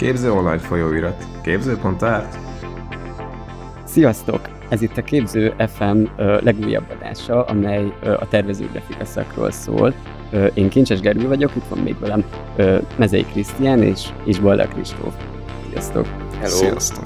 Képző online folyóirat. Képző.art. Sziasztok! Ez itt a Képző FM legújabb adása, amely a tervező grafika szakról szól. Én Kincses Gergő vagyok, itt van még velem Mezei Krisztián és Balda Kristóf. Sziasztok! Hello! Sziasztok!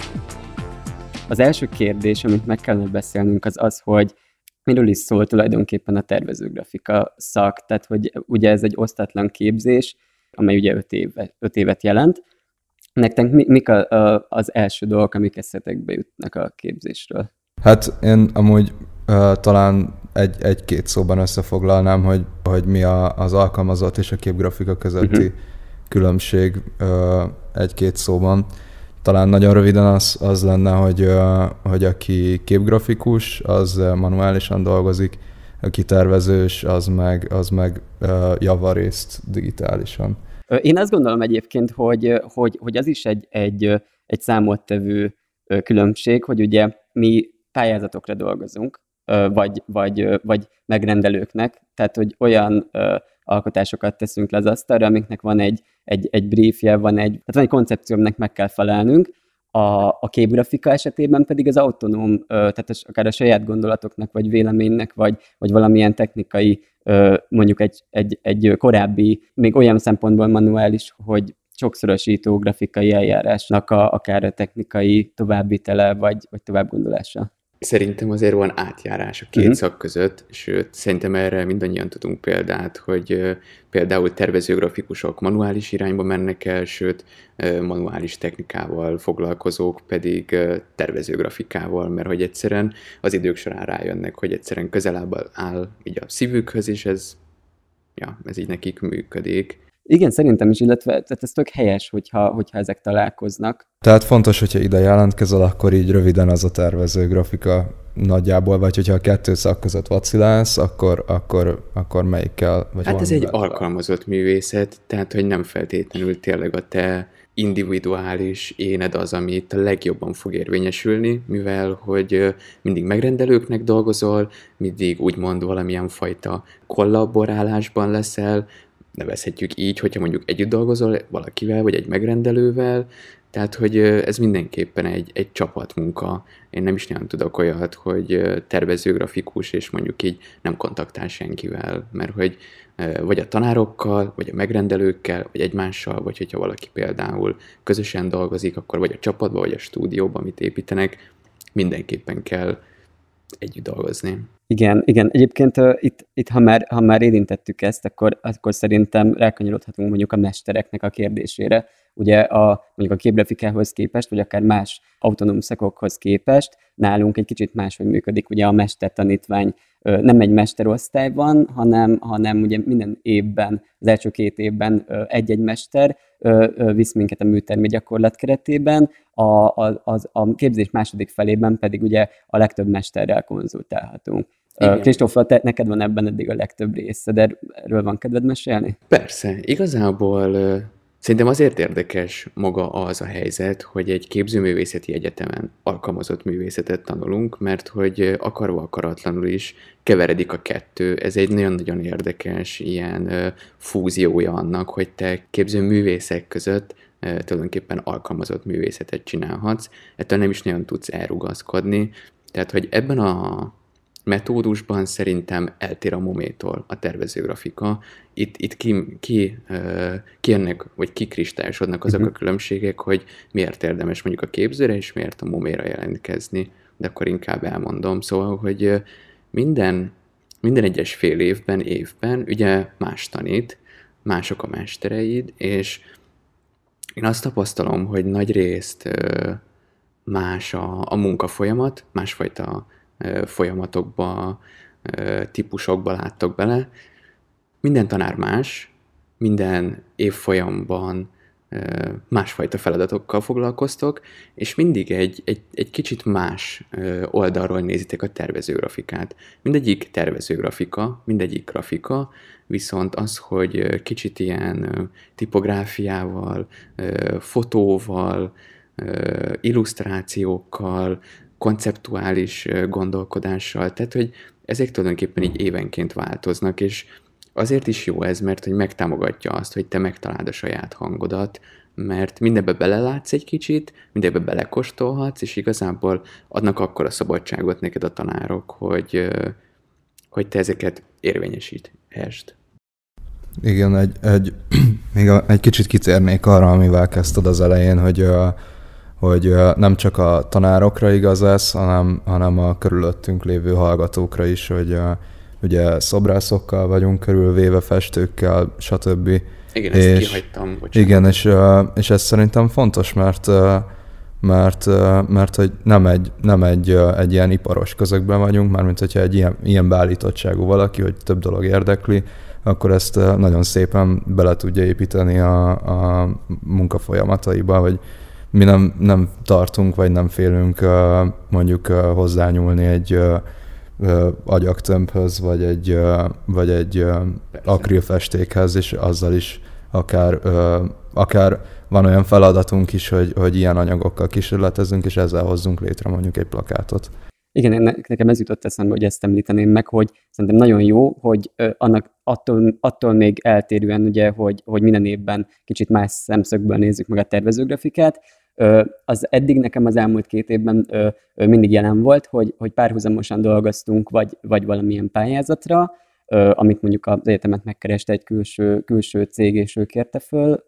Az első kérdés, amit meg kellene beszélnünk, az, hogy miről is szól tulajdonképpen a tervező grafika szak. Tehát, hogy ugye ez egy osztatlan képzés, amely ugye 5 évet jelent. Nektek mik az első dolgok, amik eszetekbe jutnak a képzésről? Hát én amúgy talán egy-két szóban összefoglalnám, hogy mi az alkalmazott és a képgrafika közötti különbség egy-két szóban. Talán nagyon röviden az lenne, hogy aki képgrafikus, az manuálisan dolgozik, aki tervezős, az meg javarészt digitálisan. Én azt gondolom egyébként, hogy az is egy számottevő különbség, hogy ugye mi pályázatokra dolgozunk, vagy megrendelőknek, tehát hogy olyan alkotásokat teszünk le az asztalra, amiknek van egy briefje, van egy koncepció, aminek meg kell felelnünk. A képgrafika esetében pedig az autonóm, tehát akár a saját gondolatoknak, vagy véleménynek, vagy valamilyen technikai, mondjuk egy korábbi, még olyan szempontból manuális, hogy sokszorosító grafikai eljárásnak akár a technikai továbbvitele, vagy továbbgondolása. Szerintem azért van átjárás a két szak között, sőt, szerintem erre mindannyian tudunk példát, hogy például tervezőgrafikusok manuális irányba mennek el, sőt, manuális technikával foglalkozók pedig tervezőgrafikával, mert hogy egyszerűen az idők során rájönnek, hogy egyszerűen közelebb áll így a szívükhöz, és ez így nekik működik. Igen, szerintem is, illetve tehát ez tök helyes, hogyha ezek találkoznak. Tehát fontos, hogyha ide jelentkezel, akkor így röviden az a tervező grafika nagyjából, vagy hogyha a kettő szak között vacilálsz, akkor melyikkel? Vagy hát ez egy alkalmazott művészet, tehát hogy nem feltétlenül tényleg a te individuális éned az, amit a legjobban fog érvényesülni, mivel hogy mindig megrendelőknek dolgozol, mindig úgymond valamilyen fajta kollaborálásban leszel, nevezhetjük így, hogyha mondjuk együtt dolgozol valakivel, vagy egy megrendelővel, tehát, hogy ez mindenképpen egy csapatmunka. Én nem is nagyon tudok olyat, hogy tervezőgrafikus, és mondjuk így nem kontaktál senkivel, mert hogy vagy a tanárokkal, vagy a megrendelőkkel, vagy egymással, vagy hogyha valaki például közösen dolgozik, akkor vagy a csapatban, vagy a stúdióban, amit építenek, mindenképpen kell együtt dolgozni. Igen. Egyébként itt ha már érintettük ezt, akkor szerintem rákanyarodhatunk mondjuk a mestereknek a kérdésére. Ugye mondjuk a képgrafikához képest, vagy akár más autonóm szakokhoz képest nálunk egy kicsit máshogy működik. Ugye a mestertanítvány nem egy mesterosztály van, hanem ugye minden évben, az első 2 évben egy-egy mester visz minket a műtermi gyakorlat keretében, a képzés második felében pedig ugye a legtöbb mesterrel konzultálhatunk. Kristóf, neked van ebben eddig a legtöbb része, de erről van kedved mesélni? Persze, igazából szerintem azért érdekes maga az a helyzet, hogy egy képzőművészeti egyetemen alkalmazott művészetet tanulunk, mert hogy akarva akaratlanul is keveredik a kettő. Ez egy nagyon-nagyon érdekes ilyen fúziója annak, hogy te képzőművészek között tulajdonképpen alkalmazott művészetet csinálhatsz. Ettől nem is nagyon tudsz elrugaszkodni. Tehát, hogy ebben a metódusban szerintem eltér a mométól a tervezőgrafika. Itt kijönnek, vagy kikristályosodnak azok a különbségek, hogy miért érdemes mondjuk a képzőre, és miért a moméra jelentkezni. De akkor inkább elmondom. Szóval, hogy minden egyes fél évben ugye más tanít, mások a mestereid, és én azt tapasztalom, hogy nagyrészt más a munkafolyamat, másfajta folyamatokba, típusokba láttok bele. Minden tanár más, minden évfolyamban másfajta feladatokkal foglalkoztok, és mindig egy kicsit más oldalról nézitek a tervezőgrafikát. Mindegyik tervezőgrafika, mindegyik grafika, viszont az, hogy kicsit ilyen tipográfiával, fotóval, illusztrációkkal, konceptuális gondolkodással, tehát hogy ezek tulajdonképpen így évenként változnak, és azért is jó ez, mert hogy megtámogatja azt, hogy te megtaláld a saját hangodat, mert mindenbe belelátsz egy kicsit, mindenbe belekóstolhatsz, és igazából adnak akkora szabadságot neked a tanárok, hogy te ezeket érvényesíthessd. Igen, még egy kicsit kitérnék arra, amivel kezdted az elején, hogy nem csak a tanárokra igaz ez, hanem a körülöttünk lévő hallgatókra is, hogy ugye szobrászokkal vagyunk körülvéve, festőkkel, stb. Igen, ezt kihagytam, bocsánat. Igen, és ez szerintem fontos, mert hogy nem egy ilyen iparos közegben vagyunk, mármint hogyha egy ilyen beállítottságú valaki, hogy több dolog érdekli, akkor ezt nagyon szépen bele tudja építeni a munkafolyamataiba, hogy mi nem tartunk, vagy nem félünk mondjuk hozzányúlni egy agyagtömbhöz, vagy egy akrilfestékhez, és azzal is akár van olyan feladatunk is, hogy ilyen anyagokkal kísérletezünk, és ezzel hozzunk létre mondjuk egy plakátot. Igen, nekem ez jutott eszembe, hogy ezt említeném meg, hogy szerintem nagyon jó, hogy annak attól még eltérően, ugye, hogy minden évben kicsit más szemszögből nézzük meg a tervezőgrafikát, az eddig nekem az elmúlt 2 évben mindig jelen volt, hogy párhuzamosan dolgoztunk, vagy valamilyen pályázatra, amit mondjuk az egyetemet megkereste egy külső cég, és ő kérte föl,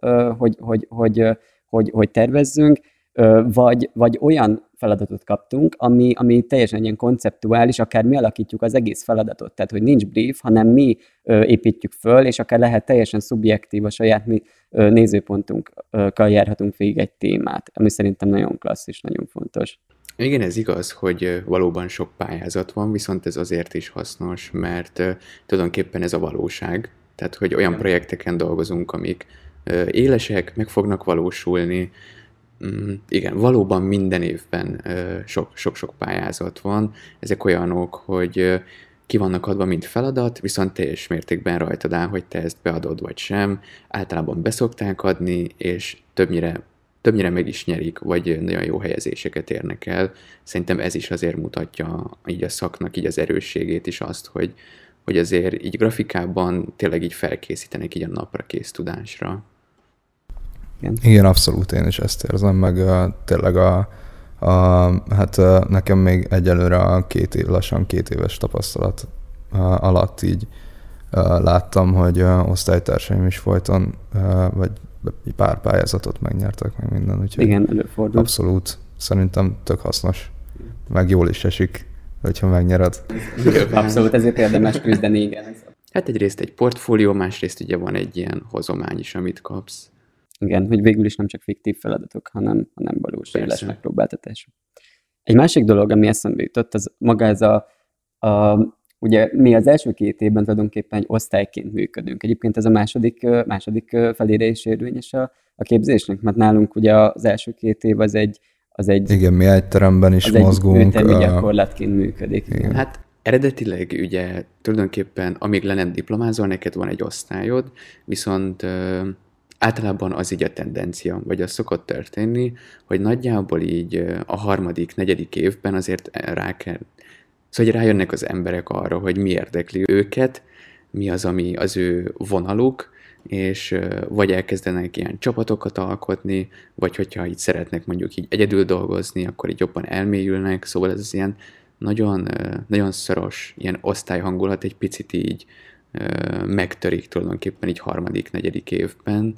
hogy tervezzünk, vagy olyan feladatot kaptunk, ami teljesen ilyen konceptuális, akár mi alakítjuk az egész feladatot, tehát hogy nincs brief, hanem mi építjük föl, és akár lehet teljesen szubjektív, a saját nézőpontunkkal járhatunk végig egy témát, ami szerintem nagyon klassz és nagyon fontos. Igen, ez igaz, hogy valóban sok pályázat van, viszont ez azért is hasznos, mert tulajdonképpen ez a valóság. Tehát, hogy olyan projekteken dolgozunk, amik élesek, meg fognak valósulni. Igen, valóban minden évben sok-sok pályázat van. Ezek olyanok, hogy ki vannak adva, mint feladat, viszont teljes mértékben rajtad áll, hogy te ezt beadod vagy sem. Általában beszokták adni, és többnyire meg is nyerik, vagy nagyon jó helyezéseket érnek el. Szerintem ez is azért mutatja így a szaknak így az erősségét is azt, hogy azért így grafikában tényleg így felkészítenek így a napra kész tudásra. Igen, abszolút én is ezt érzem, meg tényleg hát nekem még egyelőre a lassan 2 éves tapasztalat alatt így láttam, hogy osztálytársaim is folyton, vagy pár pályázatot megnyertek, meg minden, úgyhogy igen, előfordul. Abszolút, szerintem tök hasznos, meg jól is esik, hogyha megnyered. Abszolút, ezért érdemes küzdeni, igen. Hát egyrészt egy portfólió, másrészt ugye van egy ilyen hozomány is, amit kapsz. Igen, hogy végül is nem csak fiktív feladatok, hanem valós éles megpróbáltatások. Egy másik dolog, ami eszembe jutott, az maga ez ugye mi az első 2 évben tulajdonképpen egy osztályként működünk. Egyébként ez a második felére is érvényes a képzésnek, mert nálunk ugye az első 2 év az egy igen, mi egy teremben is mozgunk. Az egy műtermi gyakorlatként működik. Igen. Hát eredetileg ugye tulajdonképpen amíg le nem diplomázol, neked van egy osztályod, viszont általában az így a tendencia, vagy az szokott történni, hogy nagyjából így a 3.-4. évben azért szóval rájönnek az emberek arra, hogy mi érdekli őket, mi az, ami az ő vonaluk, és vagy elkezdenek ilyen csapatokat alkotni, vagy hogyha így szeretnek mondjuk így egyedül dolgozni, akkor így jobban elmélyülnek, szóval ez az ilyen nagyon, nagyon szoros ilyen osztályhangulat egy picit így megtörik tulajdonképpen így 3.-4. évben.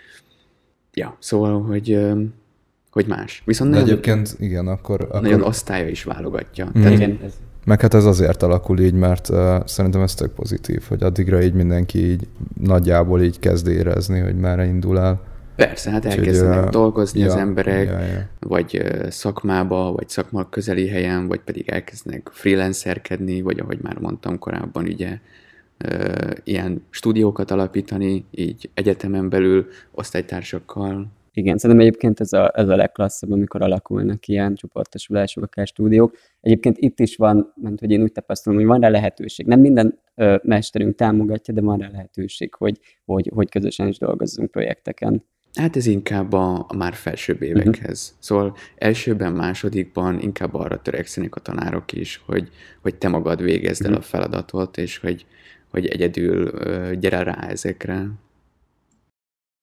Ja, szóval, hogy más. Viszont nagyon, egyébként igen, akkor nagyon osztálya is válogatja. Mm. Igen, meg hát ez azért alakul így, mert szerintem ez tök pozitív, hogy addigra így mindenki így nagyjából így kezd érezni, hogy merre indul el. Persze, hát elkezdenek dolgozni az emberek, vagy szakmába, vagy szakma közeli helyen, vagy pedig elkezdenek freelancerkedni, vagy ahogy már mondtam korábban, ugye ilyen stúdiókat alapítani, így egyetemen belül, osztálytársakkal. Igen, szerintem egyébként ez a legklasszabb, amikor alakulnak ilyen csoportosulások, akár stúdiók. Egyébként itt is van, mert hogy én úgy tapasztalom, hogy van rá lehetőség. Nem minden mesterünk támogatja, de van rá lehetőség, hogy közösen is dolgozzunk projekteken. Hát ez inkább a már felsőbb évekhez. Szóval elsőben, másodikban inkább arra törekszenek a tanárok is, hogy te magad végezd el a feladatot, és hogy egyedül gyere rá ezekre.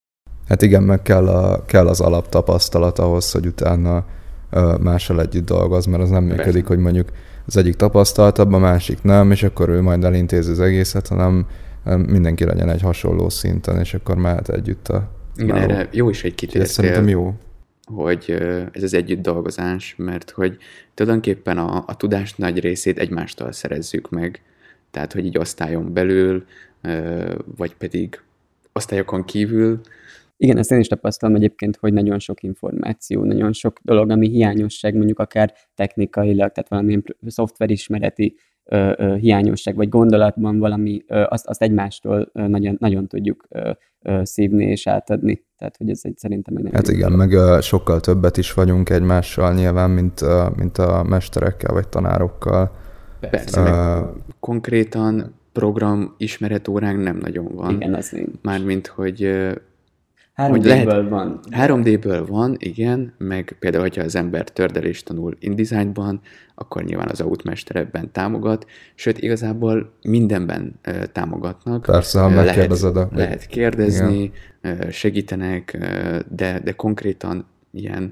Hát igen, meg kell az alaptapasztalat ahhoz, hogy utána mással együtt dolgoz, mert az nem működik, hogy mondjuk az egyik tapasztaltabb, a másik nem, és akkor ő majd elintézi az egészet, hanem mindenki legyen egy hasonló szinten, és akkor mehet együtt a igen, erre jó is, hogy kitértél. Szerintem jó. Hogy ez az együtt dolgozás, mert hogy tulajdonképpen a tudás nagy részét egymástól szerezzük meg, tehát hogy így osztályon belül, vagy pedig osztályokon kívül. Igen, ezt én is tapasztalom egyébként, hogy nagyon sok információ, nagyon sok dolog, ami hiányosság, mondjuk akár technikailag, tehát valamilyen szoftverismereti hiányosság, vagy gondolatban valami, azt egymástól nagyon, nagyon tudjuk szívni és átadni. Tehát, hogy ez szerintem egy hát igen, meg sokkal többet is vagyunk egymással nyilván, mint a mesterekkel vagy tanárokkal. Persze, meg konkrétan program ismeretóránk nem nagyon van. Igen, az én. Mármint, hogy 3D-ből van. 3D-ből van, igen, meg például, hogyha az ember tördelést tanul InDesignban, akkor nyilván az Outmester ebben támogat, sőt, igazából mindenben támogatnak. Persze, ha megkérdezed. Lehet kérdezni, igen. Segítenek, de konkrétan ilyen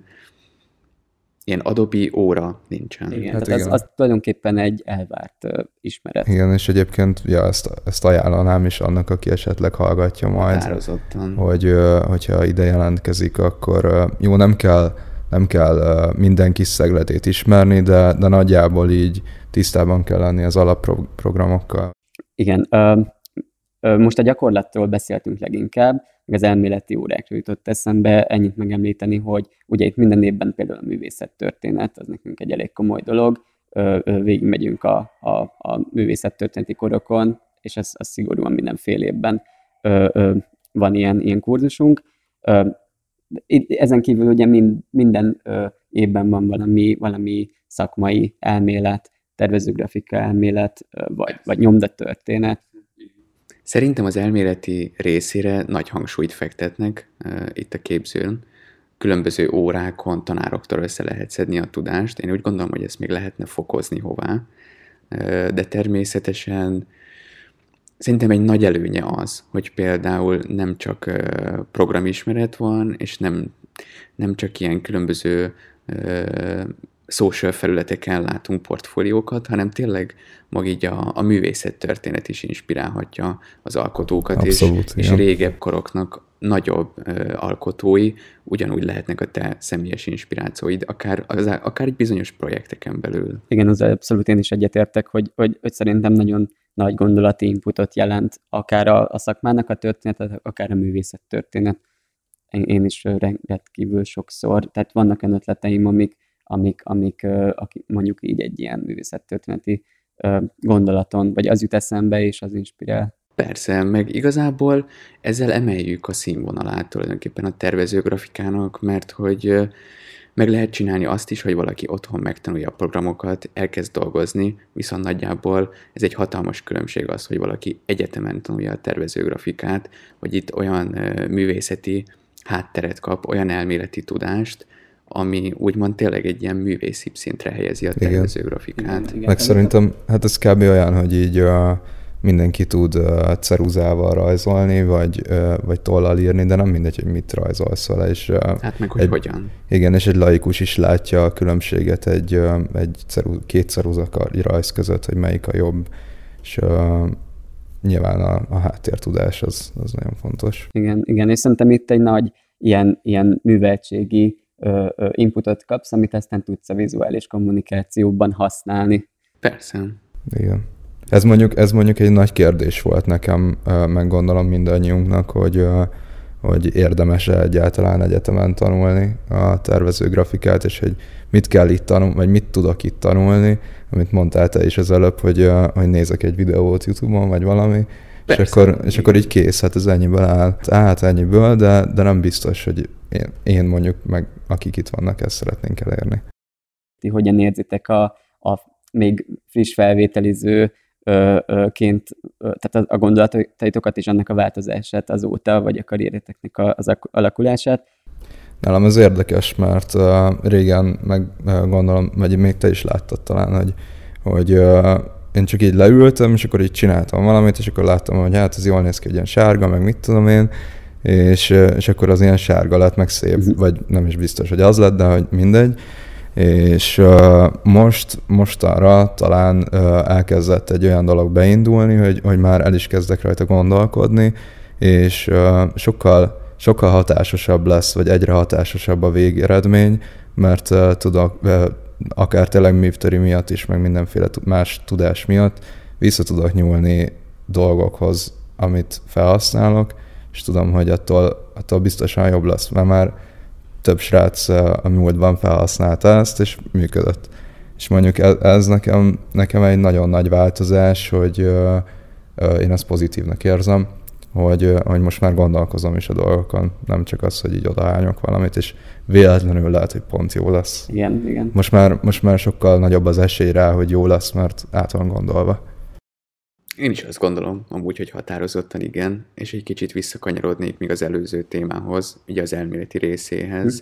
Adobe óra nincsen. Igen, hát tehát az tulajdonképpen egy elvárt ismeret. Igen, és egyébként ezt ajánlanám is annak, aki esetleg hallgatja majd, hogyha ide jelentkezik, akkor jó, nem kell minden kis szegletét ismerni, de nagyjából így tisztában kell lenni az alapprogramokkal. Igen, most a gyakorlattól beszéltünk leginkább, meg az elméleti órákról jutott eszembe ennyit megemlíteni, hogy ugye itt minden évben például a művészettörténet, az nekünk egy elég komoly dolog, végigmegyünk a művészettörténeti korokon, és ez szigorúan mindenféle évben van ilyen kurzusunk. Ezen kívül ugye minden évben van valami szakmai elmélet, tervezőgrafika elmélet, vagy nyomdatörténet. Szerintem az elméleti részére nagy hangsúlyt fektetnek itt a képzőn. Különböző órákon tanároktól össze lehet szedni a tudást. Én úgy gondolom, hogy ezt még lehetne fokozni hová. De természetesen szerintem egy nagy előnye az, hogy például nem csak programismeret van, és nem csak ilyen különböző social felületeken látunk portfóliókat, hanem tényleg maga így a művészettörténet is inspirálhatja az alkotókat, abszolút, és régebb koroknak nagyobb alkotói ugyanúgy lehetnek a te személyes inspirációid, akár egy bizonyos projekteken belül. Igen, az abszolút én is egyetértek, hogy szerintem nagyon nagy gondolati inputot jelent, akár a szakmának a történetet, akár a művészettörténet. Én is rendkívül sokszor, tehát vannak olyan ötleteim, amik mondjuk így egy ilyen művészettörténeti gondolaton, vagy az jut eszembe, és az inspirál. Persze, meg igazából ezzel emeljük a színvonalát tulajdonképpen a tervezőgrafikának, mert hogy meg lehet csinálni azt is, hogy valaki otthon megtanulja a programokat, elkezd dolgozni, viszont nagyjából ez egy hatalmas különbség az, hogy valaki egyetemen tanulja a tervezőgrafikát, hogy itt olyan művészeti hátteret kap, olyan elméleti tudást, ami úgymond tényleg egy ilyen művészibb szintre helyezi a tervezőgrafikát. Igen. Meg szerintem, hát ez kb. Olyan, hogy így mindenki tud ceruzával rajzolni, vagy tollal írni, de nem mindegy, hogy mit rajzolsz vele. És, hát meg, hogy hogyan. Igen, és egy laikus is látja a különbséget két ceruza rajz között, hogy melyik a jobb, és nyilván a háttértudás az nagyon fontos. Igen, és szerintem itt egy nagy ilyen műveltségi inputot kapsz, amit aztán tudsz a vizuális kommunikációban használni. Persze. Igen. Ez mondjuk egy nagy kérdés volt nekem, meg gondolom mindannyiunknak, hogy érdemes-e egyáltalán egyetemen tanulni a tervezőgrafikát, és hogy mit kell itt tanulni, vagy mit tudok itt tanulni, amit mondtál te is az előbb, hogy nézek egy videót YouTube-on, vagy valami, és akkor így kész, hát ez ennyiből áll. Hát ennyiből, de nem biztos, hogy én mondjuk, meg akik itt vannak, ezt szeretnénk elérni. Ti hogyan érzitek a még friss felvételizőként, tehát a gondolataitokat és annak a változását azóta, vagy a karriereteknek az alakulását? Nálam ez érdekes, mert régen meg gondolom, vagy még te is láttad talán, hogy én csak így leültem, és akkor így csináltam valamit, és akkor láttam, hogy hát ez jól néz ki, egy ilyen sárga, meg mit tudom én, és akkor az ilyen sárga lett, meg szép, vagy nem is biztos, hogy az lett, de hogy mindegy. És mostanra talán elkezdett egy olyan dolog beindulni, hogy már el is kezdek rajta gondolkodni, és sokkal hatásosabb lesz, vagy egyre hatásosabb a végeredmény, mert tudok akár tényleg MIV-töri miatt is, meg mindenféle más tudás miatt vissza tudok nyúlni dolgokhoz, amit felhasználok, és tudom, hogy attól biztosan jobb lesz, mert már több srác a múltban felhasználta ezt, és működött. És mondjuk ez nekem egy nagyon nagy változás, hogy én ezt pozitívnak érzem, hogy most már gondolkozom is a dolgokon, nem csak az, hogy így odaállnyok valamit, és véletlenül lehet, hogy pont jó lesz. Igen. Most már sokkal nagyobb az esély rá, hogy jó lesz, mert át van gondolva. Én is azt gondolom, amúgy, hogy határozottan igen, és egy kicsit visszakanyarodnék még az előző témához, ugye az elméleti részéhez.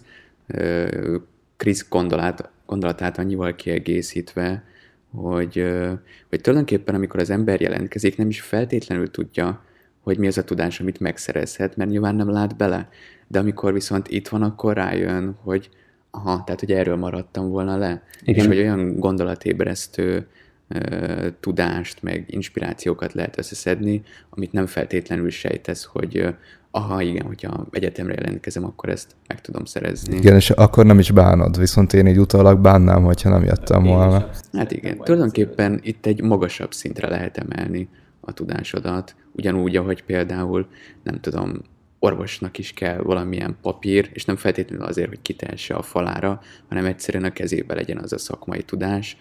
Krisz gondolatát annyival kiegészítve, hogy tulajdonképpen amikor az ember jelentkezik, nem is feltétlenül tudja, hogy mi az a tudás, amit megszerezhet, mert nyilván nem lát bele. De amikor viszont itt van, akkor rájön, hogy tehát hogy erről maradtam volna le. Igen. És hogy olyan gondolatébresztő tudást, meg inspirációkat lehet összeszedni, amit nem feltétlenül sejtesz, hogy igen, hogyha egyetemre jelentkezem, akkor ezt meg tudom szerezni. Igen, és akkor nem is bánod, viszont én így utólag bánnám, hogyha nem jöttem volna. Hát igen, tulajdonképpen itt egy magasabb szintre lehet emelni a tudásodat, ugyanúgy, ahogy például, nem tudom, orvosnak is kell valamilyen papír, és nem feltétlenül azért, hogy kitehesse a falára, hanem egyszerűen a kezébe legyen az a szakmai tudás,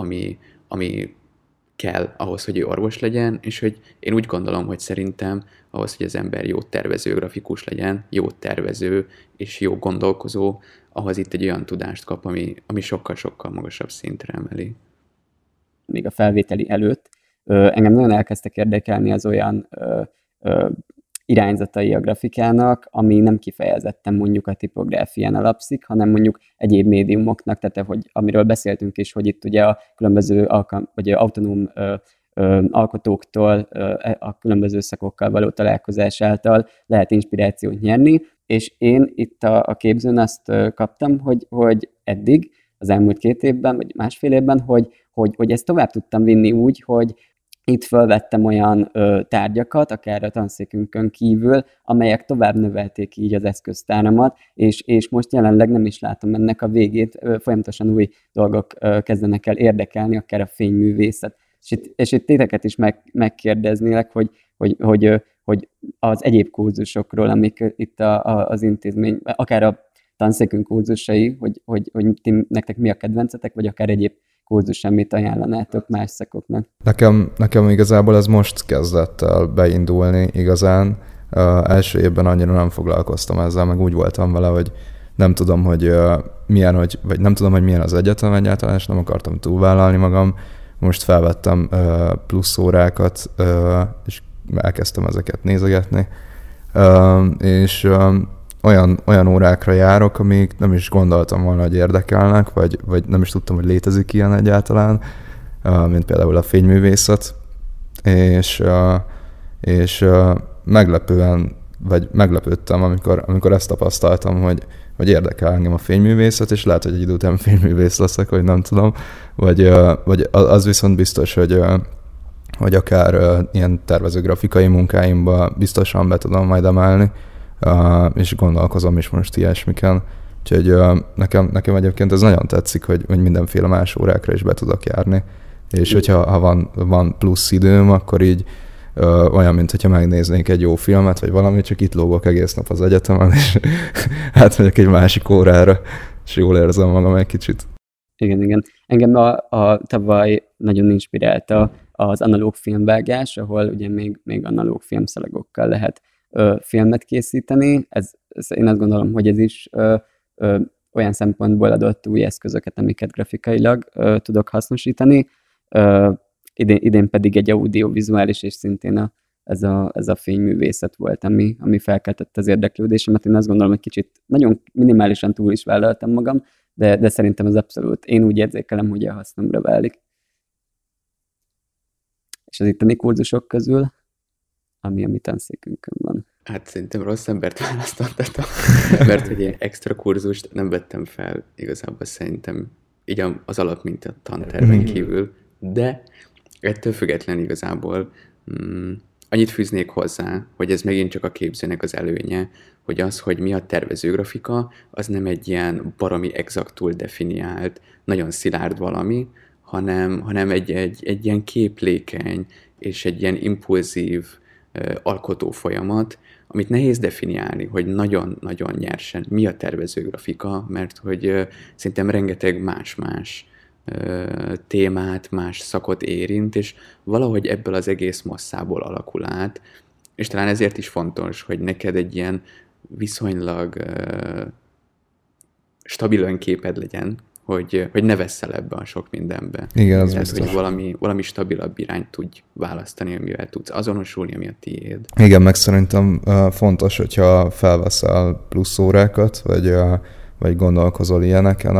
ami kell ahhoz, hogy ő orvos legyen, és hogy én úgy gondolom, hogy szerintem ahhoz, hogy az ember jó tervező, grafikus legyen, jó tervező és jó gondolkozó, ahhoz itt egy olyan tudást kap, ami sokkal-sokkal magasabb szintre emeli. Még a felvételi előtt engem nagyon elkezdtek érdekelni az olyan irányzatai a grafikának, ami nem kifejezetten mondjuk a tipográfián alapszik, hanem mondjuk egyéb médiumoknak, tehát hogy amiről beszéltünk is, hogy itt ugye a különböző vagy autonóm alkotóktól a különböző szakokkal való találkozás által lehet inspirációt nyerni, és én itt a képzőn azt kaptam, hogy eddig, az elmúlt 2 évben, vagy másfél évben, hogy ezt tovább tudtam vinni úgy, hogy itt felvettem olyan tárgyakat, akár a tanszékünkön kívül, amelyek tovább növelték így az eszköztáramat, és most jelenleg nem is látom ennek a végét, folyamatosan új dolgok kezdenek el érdekelni, akár a fényművészet. És itt titeket is megkérdeznélek, hogy az egyéb kurzusokról, amik itt az intézmény, akár a tanszékünk kurzusai, hogy nektek mi a kedvencetek, vagy akár egyéb kurzus, amit ajánlanátok más szakoknak? Nekem igazából ez most kezdett el beindulni igazán. Első évben annyira nem foglalkoztam ezzel, meg úgy voltam vele, hogy nem tudom, hogy milyen az egyetem egyáltalán, és nem akartam túlvállalni magam. Most felvettem plusz órákat, és elkezdtem ezeket nézegetni. És olyan órákra járok, amik nem is gondoltam volna, hogy érdekelnek, vagy nem is tudtam, hogy létezik ilyen egyáltalán, mint például a fényművészet, és meglepődtem, amikor ezt tapasztaltam, hogy érdekel engem a fényművészet, és lehet, hogy egy idő után fényművész leszek, vagy nem tudom, vagy az viszont biztos, hogy akár ilyen tervező grafikai munkáimba biztosan be tudom majd emelni, és gondolkozom is most ilyesmiken. Úgyhogy nekem egyébként ez nagyon tetszik, hogy mindenféle más órákra is be tudok járni. És hogyha van plusz időm, akkor így olyan, mint hogyha megnéznék egy jó filmet, vagy valamit, csak itt lógok egész nap az egyetemen, és átmegyek egy másik órára, és jól érzem magam egy kicsit. Igen. Engem a tavaly nagyon inspirálta az analóg filmvágás, ahol ugye még analóg filmszalagokkal lehet filmet készíteni. Én azt gondolom, hogy ez is olyan szempontból adott új eszközöket, amiket grafikailag tudok hasznosítani. Idén pedig egy audiovizuális, és szintén ez a fényművészet volt, ami felkeltette az érdeklődésemet. Én azt gondolom, hogy kicsit nagyon minimálisan túl is vállaltam magam, de szerintem ez abszolút, én úgy érzékelem, hogy a hasznomra válik. És az itteni kurzusok közül, ami tanszékünkön van. Hát szerintem rossz embert választottatok, mert hogy én extra kurzust nem vettem fel igazából szerintem így az alapminta tanterven kívül, de ettől függetlenül igazából annyit fűznék hozzá, hogy ez megint csak a képzőnek az előnye, hogy az, hogy mi a tervezőgrafika, az nem egy ilyen baromi exaktul definiált, nagyon szilárd valami, hanem egy ilyen képlékeny és egy ilyen impulzív alkotó folyamat, amit nehéz definiálni, hogy nagyon-nagyon nyersen mi a tervezőgrafika, mert hogy szerintem rengeteg más-más témát, más szakot érint, és valahogy ebből az egész masszából alakul át, és talán ezért is fontos, hogy neked egy ilyen viszonylag stabil önképed legyen, hogy ne vesszel ebbe a sok mindenbe. Igen, az tehát, hogy valami stabilabb irányt tudj választani, amivel tudsz azonosulni, ami a tiéd. Igen, meg szerintem fontos, hogyha felveszel plusz órákat, vagy gondolkozol ilyeneken,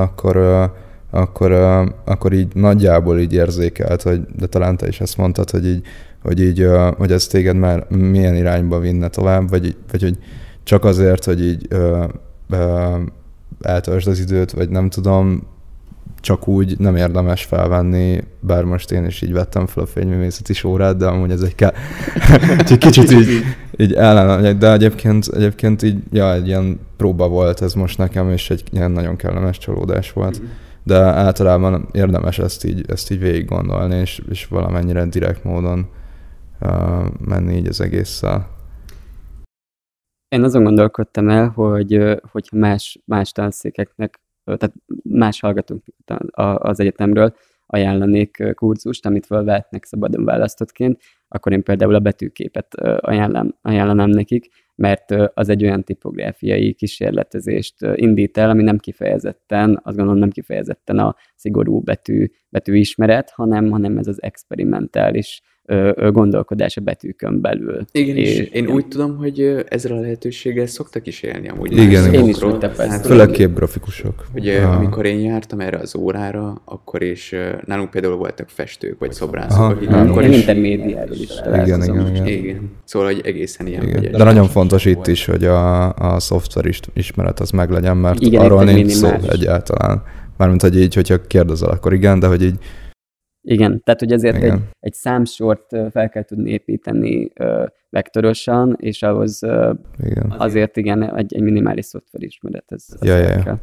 akkor így nagyjából így érzékelt, de talán te is ezt mondtad, hogy ez téged már milyen irányba vinne tovább, vagy hogy csak azért, hogy így eltöltsd az időt, vagy nem tudom, csak úgy nem érdemes felvenni, bár most én is így vettem fel a fényművészeti órát, de amúgy ez egy kicsit így ellen, de egyébként így, egy ilyen próba volt ez most nekem, és egy ilyen nagyon kellemes csalódás volt. De általában érdemes ezt így végig gondolni, és valamennyire direkt módon menni így az egésszel. Én azon gondolkodtam el, hogyha más tanszékeknek, tehát más hallgatóknak az egyetemről ajánlanék kurzust, amit felvehetnek szabadon választottként, akkor én például a betűképet ajánlanám nekik, mert az egy olyan tipográfiai kísérletezést indít el, ami nem kifejezetten a szigorú betűismeret, hanem ez az experimentális gondolkodás a betűkön belül. Igen, és én úgy tudom, hogy ezzel a lehetőséggel szoktak is élni amúgy. Igen, én is úgy tapasztalom. Főleg képgrafikusok. Hogy amikor én jártam erre az órára, akkor is nálunk például voltak festők, vagy szobrászok. Én intermédiáról is találkozom. Igen. Szóval, hogy egészen ilyen. Igen. De nagyon fontos itt is, hogy a szoftver ismeret az meglegyen, mert igen, arról nincs szó egyáltalán. Mármint, hogy így, hogyha kérdezel, akkor igen, de hogy így igen, tehát hogy ezért egy számsort fel kell tudni építeni vektorosan, és ahhoz azért egy minimális szoftverismeret. Ez kell.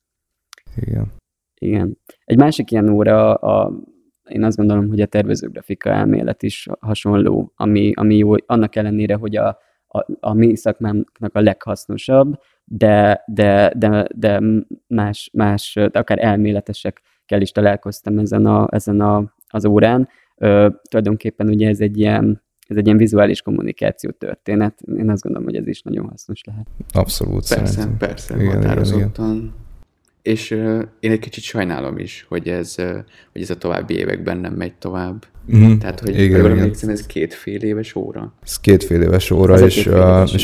Igen. Egy másik ilyen óra, én azt gondolom, hogy a tervezőgrafika elmélet is hasonló, ami jó, annak ellenére, hogy a mi szakmánknak a leghasznosabb, de más, akár elméletesekkel is találkoztam ezen az órán. Tulajdonképpen ugye ez egy ilyen vizuális kommunikáció történet. Én azt gondolom, hogy ez is nagyon hasznos lehet. Abszolút. Persze, határozottan. Igen. És én egy kicsit sajnálom is, hogy ez a további években nem megy tovább. Tehát, hogy emlékszem, ez 2,5 éves óra. Ez 2,5 éves óra, és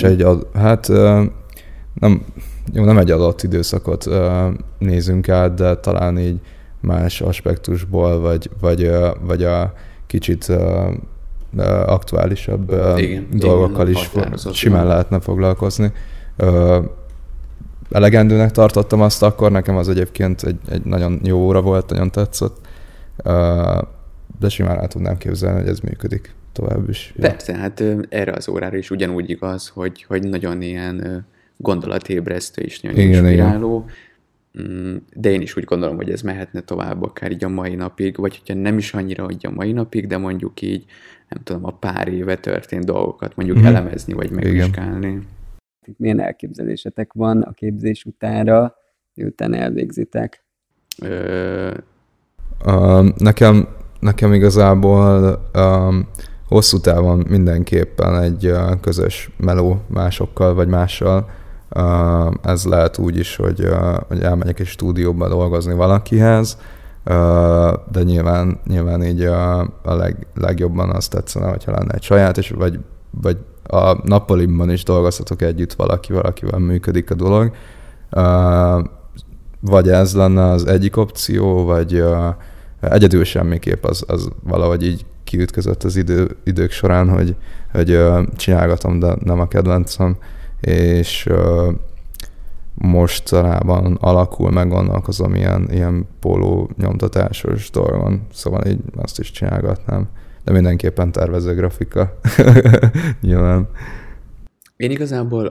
nem egy adott időszakot nézünk át, de talán így más aspektusból, vagy a kicsit aktuálisabb dolgokkal is simán lehetne foglalkozni. Elegendőnek tartottam azt akkor, nekem az egyébként egy nagyon jó óra volt, nagyon tetszett, de simán el tudnám képzelni, hogy ez működik tovább is. Persze, hát erre az órára is ugyanúgy igaz, hogy nagyon ilyen gondolatébresztő és nagyon inspiráló, de én is úgy gondolom, hogy ez mehetne tovább akár így a mai napig, vagy hogyha nem is annyira, hogy a mai napig, de mondjuk így, nem tudom, a pár éve történt dolgokat mondjuk elemezni, vagy megvizsgálni. Igen. Milyen elképzelésetek van a képzés utánra, miután elvégzitek? Nekem igazából hosszú távon mindenképpen egy közös meló másokkal vagy mással. Ez lehet úgy is, hogy elmegyek egy stúdióba dolgozni valakihez, de nyilván így a legjobban azt tetszene, hogyha lenne egy saját, és vagy a nappalimban is dolgozhatok együtt valakivel működik a dolog. Vagy ez lenne az egyik opció, vagy egyedül semmiképp, az valahogy így kiütközött az idők során, hogy csinálgatom, de nem a kedvencem, és mostanában alakul, meggondolkozom ilyen póló nyomtatásos dolgon, szóval így azt is csinálgatnám. De mindenképpen tervező grafika. Nyilván. Én igazából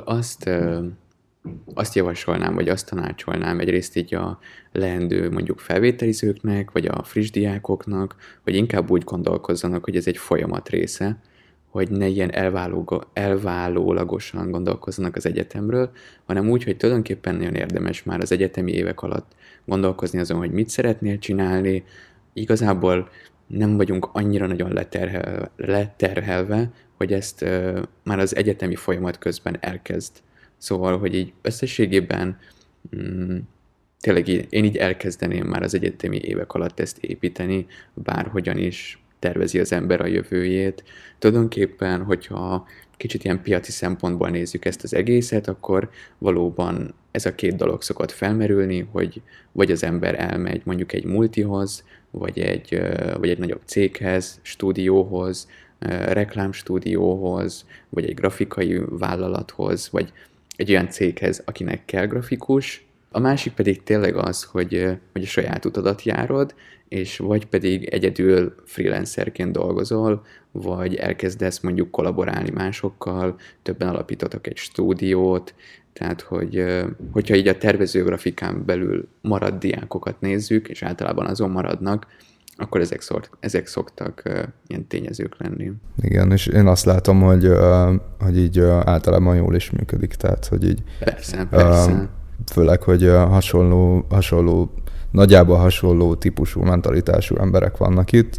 azt javasolnám, vagy azt tanácsolnám egyrészt így a leendő mondjuk felvételizőknek, vagy a friss diákoknak, hogy inkább úgy gondolkozzanak, hogy ez egy folyamat része, hogy ne ilyen elvállólagosan gondolkozzanak az egyetemről, hanem úgy, hogy tulajdonképpen nagyon érdemes már az egyetemi évek alatt gondolkozni azon, hogy mit szeretnél csinálni. Igazából nem vagyunk annyira nagyon leterhelve, hogy ezt már az egyetemi folyamat közben elkezd. Szóval, hogy így összességében tényleg én így elkezdeném már az egyetemi évek alatt ezt építeni, bárhogyan is tervezi az ember a jövőjét. Tulajdonképpen, hogyha kicsit ilyen piaci szempontból nézzük ezt az egészet, akkor valóban ez a két dolog szokott felmerülni, hogy vagy az ember elmegy mondjuk egy multihoz, vagy egy nagyobb céghez, stúdióhoz, reklámstúdióhoz, vagy egy grafikai vállalathoz, vagy egy olyan céghez, akinek kell grafikus. A másik pedig tényleg az, hogy a saját utadat járod, és vagy pedig egyedül freelancerként dolgozol, vagy elkezdesz mondjuk kollaborálni másokkal, többen alapítotok egy stúdiót, tehát hogyha így a tervezőgrafikán belül maradt diákokat nézzük, és általában azon maradnak, akkor ezek szoktak ilyen tényezők lenni. Igen, és én azt látom, hogy így általában jól is működik, tehát hogy így... Persze. Főleg, hogy nagyjából hasonló típusú mentalitású emberek vannak itt,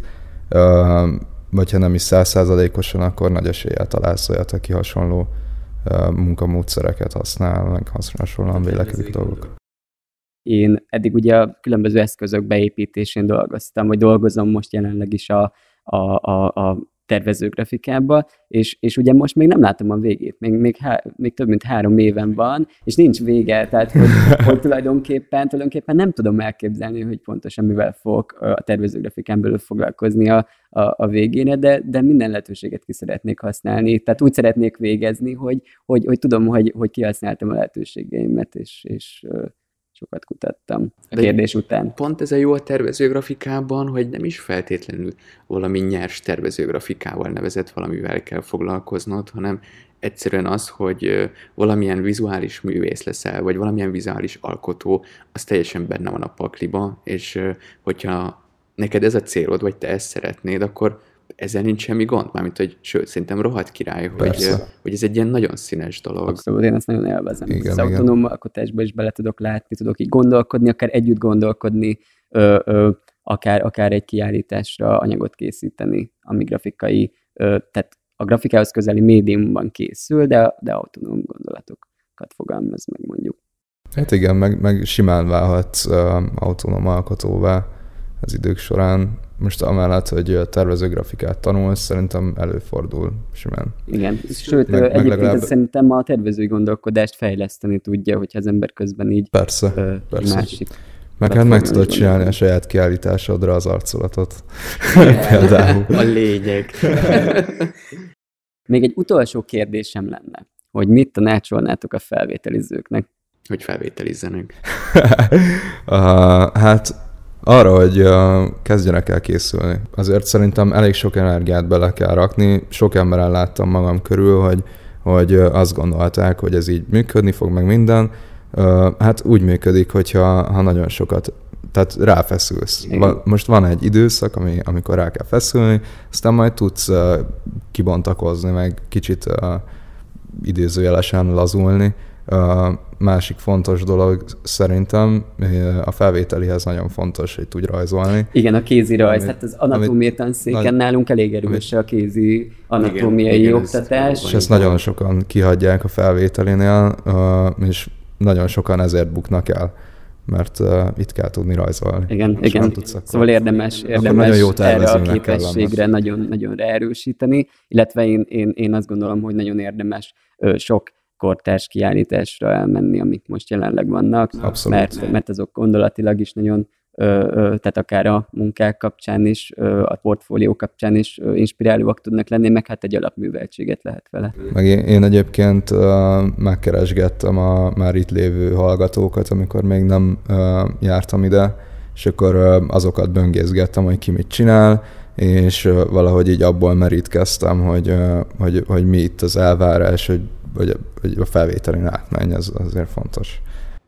vagy ha nem is 100%-osan, akkor nagy eséllyel találsz olyat, aki hasonló munkamódszereket használ, meg hasonlóan vélekedik dolgok. Én eddig ugye a különböző eszközök beépítésén dolgoztam, vagy dolgozom most jelenleg is a tervezőgrafikába, és ugye most még nem látom a végét, még több mint 3 éven van, és nincs vége, tehát hogy tulajdonképpen nem tudom elképzelni, hogy pontosan mivel fogok a tervezőgrafikán belül foglalkozni a végére, de minden lehetőséget ki szeretnék használni, tehát úgy szeretnék végezni, hogy tudom, hogy kihasználtam a lehetőségeimet, és sokat kutattam a kérdés után. Pont ez a jó a tervezőgrafikában, hogy nem is feltétlenül valami nyers tervezőgrafikával nevezett valamivel kell foglalkoznod, hanem egyszerűen az, hogy valamilyen vizuális művész leszel, vagy valamilyen vizuális alkotó, az teljesen benne van a pakliba, és hogyha neked ez a célod, vagy te ezt szeretnéd, akkor ezzel nincs semmi gond, mármint, hogy sőt, szerintem rohadt király, hogy ez egy ilyen nagyon színes dolog. Abszolút, én ezt nagyon élvezem. Az autonóm alkotásba is bele tudok látni, tudok így gondolkodni, akár együtt gondolkodni, akár egy kiállításra anyagot készíteni, ami grafikai, tehát a grafikához közeli médiumban készül, de autonóm gondolatokat fogalmaz meg, mondjuk. Hát igen, meg simán válhatsz autonóm alkotóvá az idők során. Most amellett, hogy tervezőgrafikát tanulsz, szerintem előfordul simán. Igen, sőt, egyébként legalább... szerintem a tervezői gondolkodást fejleszteni tudja, hogyha az ember közben így persze. másik. Meg tudod csinálni a saját kiállításodra az arculatot. Például. A lényeg. Még egy utolsó kérdésem lenne, hogy mit tanácsolnátok a felvételizőknek? Hogy felvételizzenek? Hát arra, hogy kezdjenek el készülni. Azért szerintem elég sok energiát bele kell rakni. Sok emberen láttam magam körül, hogy azt gondolták, hogy ez így működni fog, meg minden. Hát úgy működik, hogyha nagyon sokat, tehát ráfeszülsz. Most van egy időszak, amikor rá kell feszülni, aztán majd tudsz kibontakozni, meg kicsit idézőjelesen lazulni. Másik fontos dolog szerintem a felvételihez nagyon fontos, hogy tudj rajzolni. Igen, a kézi rajz, tehát az anatómiai tanszéken nálunk elég erős a kézi anatómiai oktatás. És ezt nagyon sokan kihagyják a felvételinél, és nagyon sokan ezért buknak el, mert itt kell tudni rajzolni. Igen. Szóval érdemes erre a képességre nagyon ráerősíteni, illetve én azt gondolom, hogy nagyon érdemes sok kortárs kiállításra elmenni, amik most jelenleg vannak, mert azok gondolatilag is nagyon tehát akár a munkák kapcsán is, a portfólió kapcsán is inspirálóak tudnak lenni, meg hát egy alapműveltséget lehet vele. Meg én egyébként megkeresgettem a már itt lévő hallgatókat, amikor még nem jártam ide, és akkor azokat böngészgettem, hogy ki mit csinál, és valahogy így abból merítkeztem, hogy mi itt az elvárás, hogy a felvételén átmenj, ez azért fontos.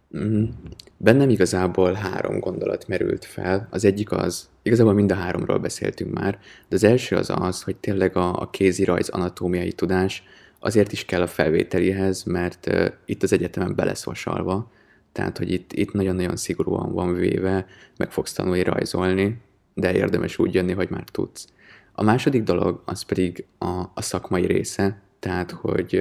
Bennem igazából 3 gondolat merült fel. Az egyik az, igazából mind a 3-ról beszéltünk már, de az első az, hogy tényleg a kézirajz anatómiai tudás azért is kell a felvételihez, mert itt az egyetemen be lesz vasalva, tehát hogy itt nagyon-nagyon szigorúan van véve, meg fogsz tanulni rajzolni, de érdemes úgy jönni, hogy már tudsz. A második dolog az pedig a szakmai része, tehát hogy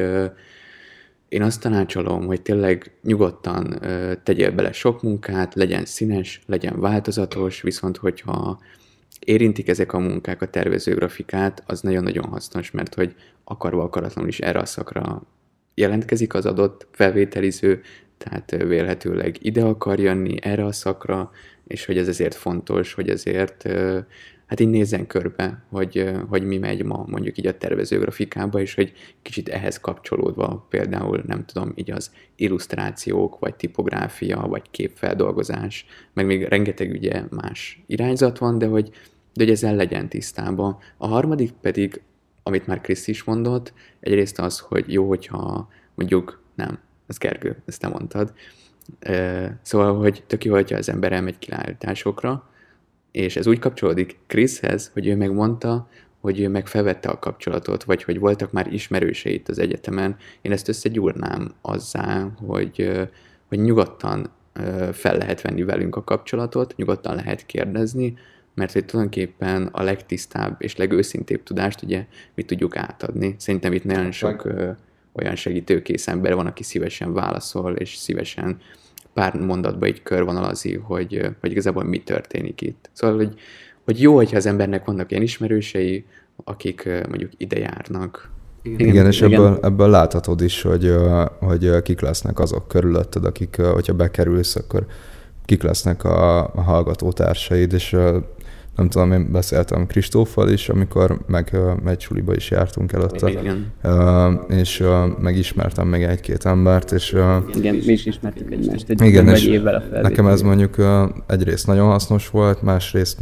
én azt tanácsolom, hogy tényleg nyugodtan tegyél bele sok munkát, legyen színes, legyen változatos, viszont hogyha érintik ezek a munkák a tervezőgrafikát, az nagyon-nagyon hasznos, mert hogy akarva akaratlanul is erre a szakra jelentkezik az adott felvételiző, tehát vélhetőleg ide akar jönni erre a szakra, és hogy ez ezért fontos, hogy ezért hát így nézzen körbe, hogy mi megy ma mondjuk így a tervezőgrafikába, és hogy kicsit ehhez kapcsolódva például nem tudom, így az illusztrációk, vagy tipográfia, vagy képfeldolgozás, meg még rengeteg ugye más irányzat van, de hogy ezzel legyen tisztában. A harmadik pedig, amit már Krisz is mondott, egyrészt az, hogy jó, hogyha mondjuk nem, ez Gergő, ezt te mondtad. Szóval, hogy tök jó, hogyha az ember elmegy kiállításokra, és ez úgy kapcsolódik Kriszhez, hogy ő megmondta, hogy ő meg felvette a kapcsolatot, vagy hogy voltak már ismerősei itt az egyetemen. Én ezt összegyúrnám azzá, hogy nyugodtan fel lehet venni velünk a kapcsolatot, nyugodtan lehet kérdezni, mert hogy tulajdonképpen a legtisztább és legőszintébb tudást ugye mi tudjuk átadni. Szerintem itt nagyon sok olyan segítőkész ember van, aki szívesen válaszol, és szívesen pár mondatba így körvonalazi, hogy igazából mi történik itt. Szóval, hogy jó, hogyha az embernek vannak ilyen ismerősei, akik mondjuk ide járnak. Igen, és ebből láthatod is, hogy kik lesznek azok körülötted, akik, hogyha bekerülsz, akkor kik lesznek a hallgatótársaid, és nem tudom, én beszéltem Kristóffal is, amikor egy suliba is jártunk előtte. Igen. És megismertem meg 1-2 embert, és... Igen, mi is ismertük egymást egy évvel a felvétel. Nekem ez mondjuk egyrészt nagyon hasznos volt, másrészt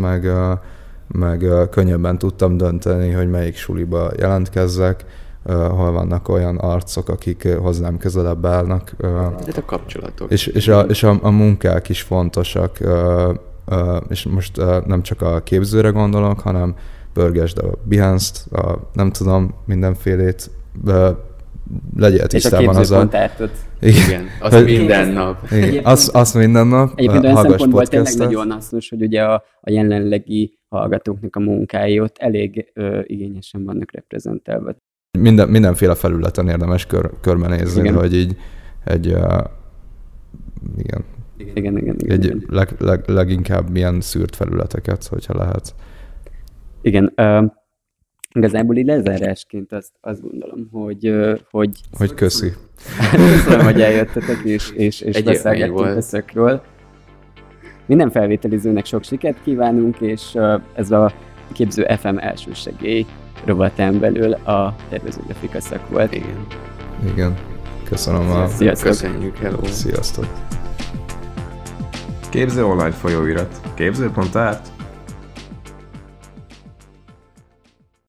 meg könnyebben tudtam dönteni, hogy melyik suliba jelentkezzek, hol vannak olyan arcok, akik hozzám közelebb állnak. Ez a kapcsolatok. És a munkák is fontosak, és most nem csak a képzőre gondolok, hanem pörgesd a Behance-t, nem tudom, mindenfélét, legyél tisztában az a... Igen, az minden nap. Igen, azt minden nap. Egyébként olyan szempontból tényleg nagyon hasznos, hogy ugye a jelenlegi hallgatóknak a munkái ott elég igényesen vannak reprezentálva. Mindenféle felületen érdemes körbenézni, igen. Hogy így igen. Leginkább ilyen szűrt felületeket, hogyha lehet. Igen. Igazából így lezárásként azt gondolom, hogy köszi. Köszönöm, hogy eljöttetek és beszélgettünk a szökről. Minden felvételizőnek sok sikert kívánunk, és ez a Képző FM elsősegély rovatán belül a tervezőgrafika szak volt. Igen. Köszönöm. Sziasztok. Köszönjük, hello. Sziasztok. Képző online folyóirat. Képző.art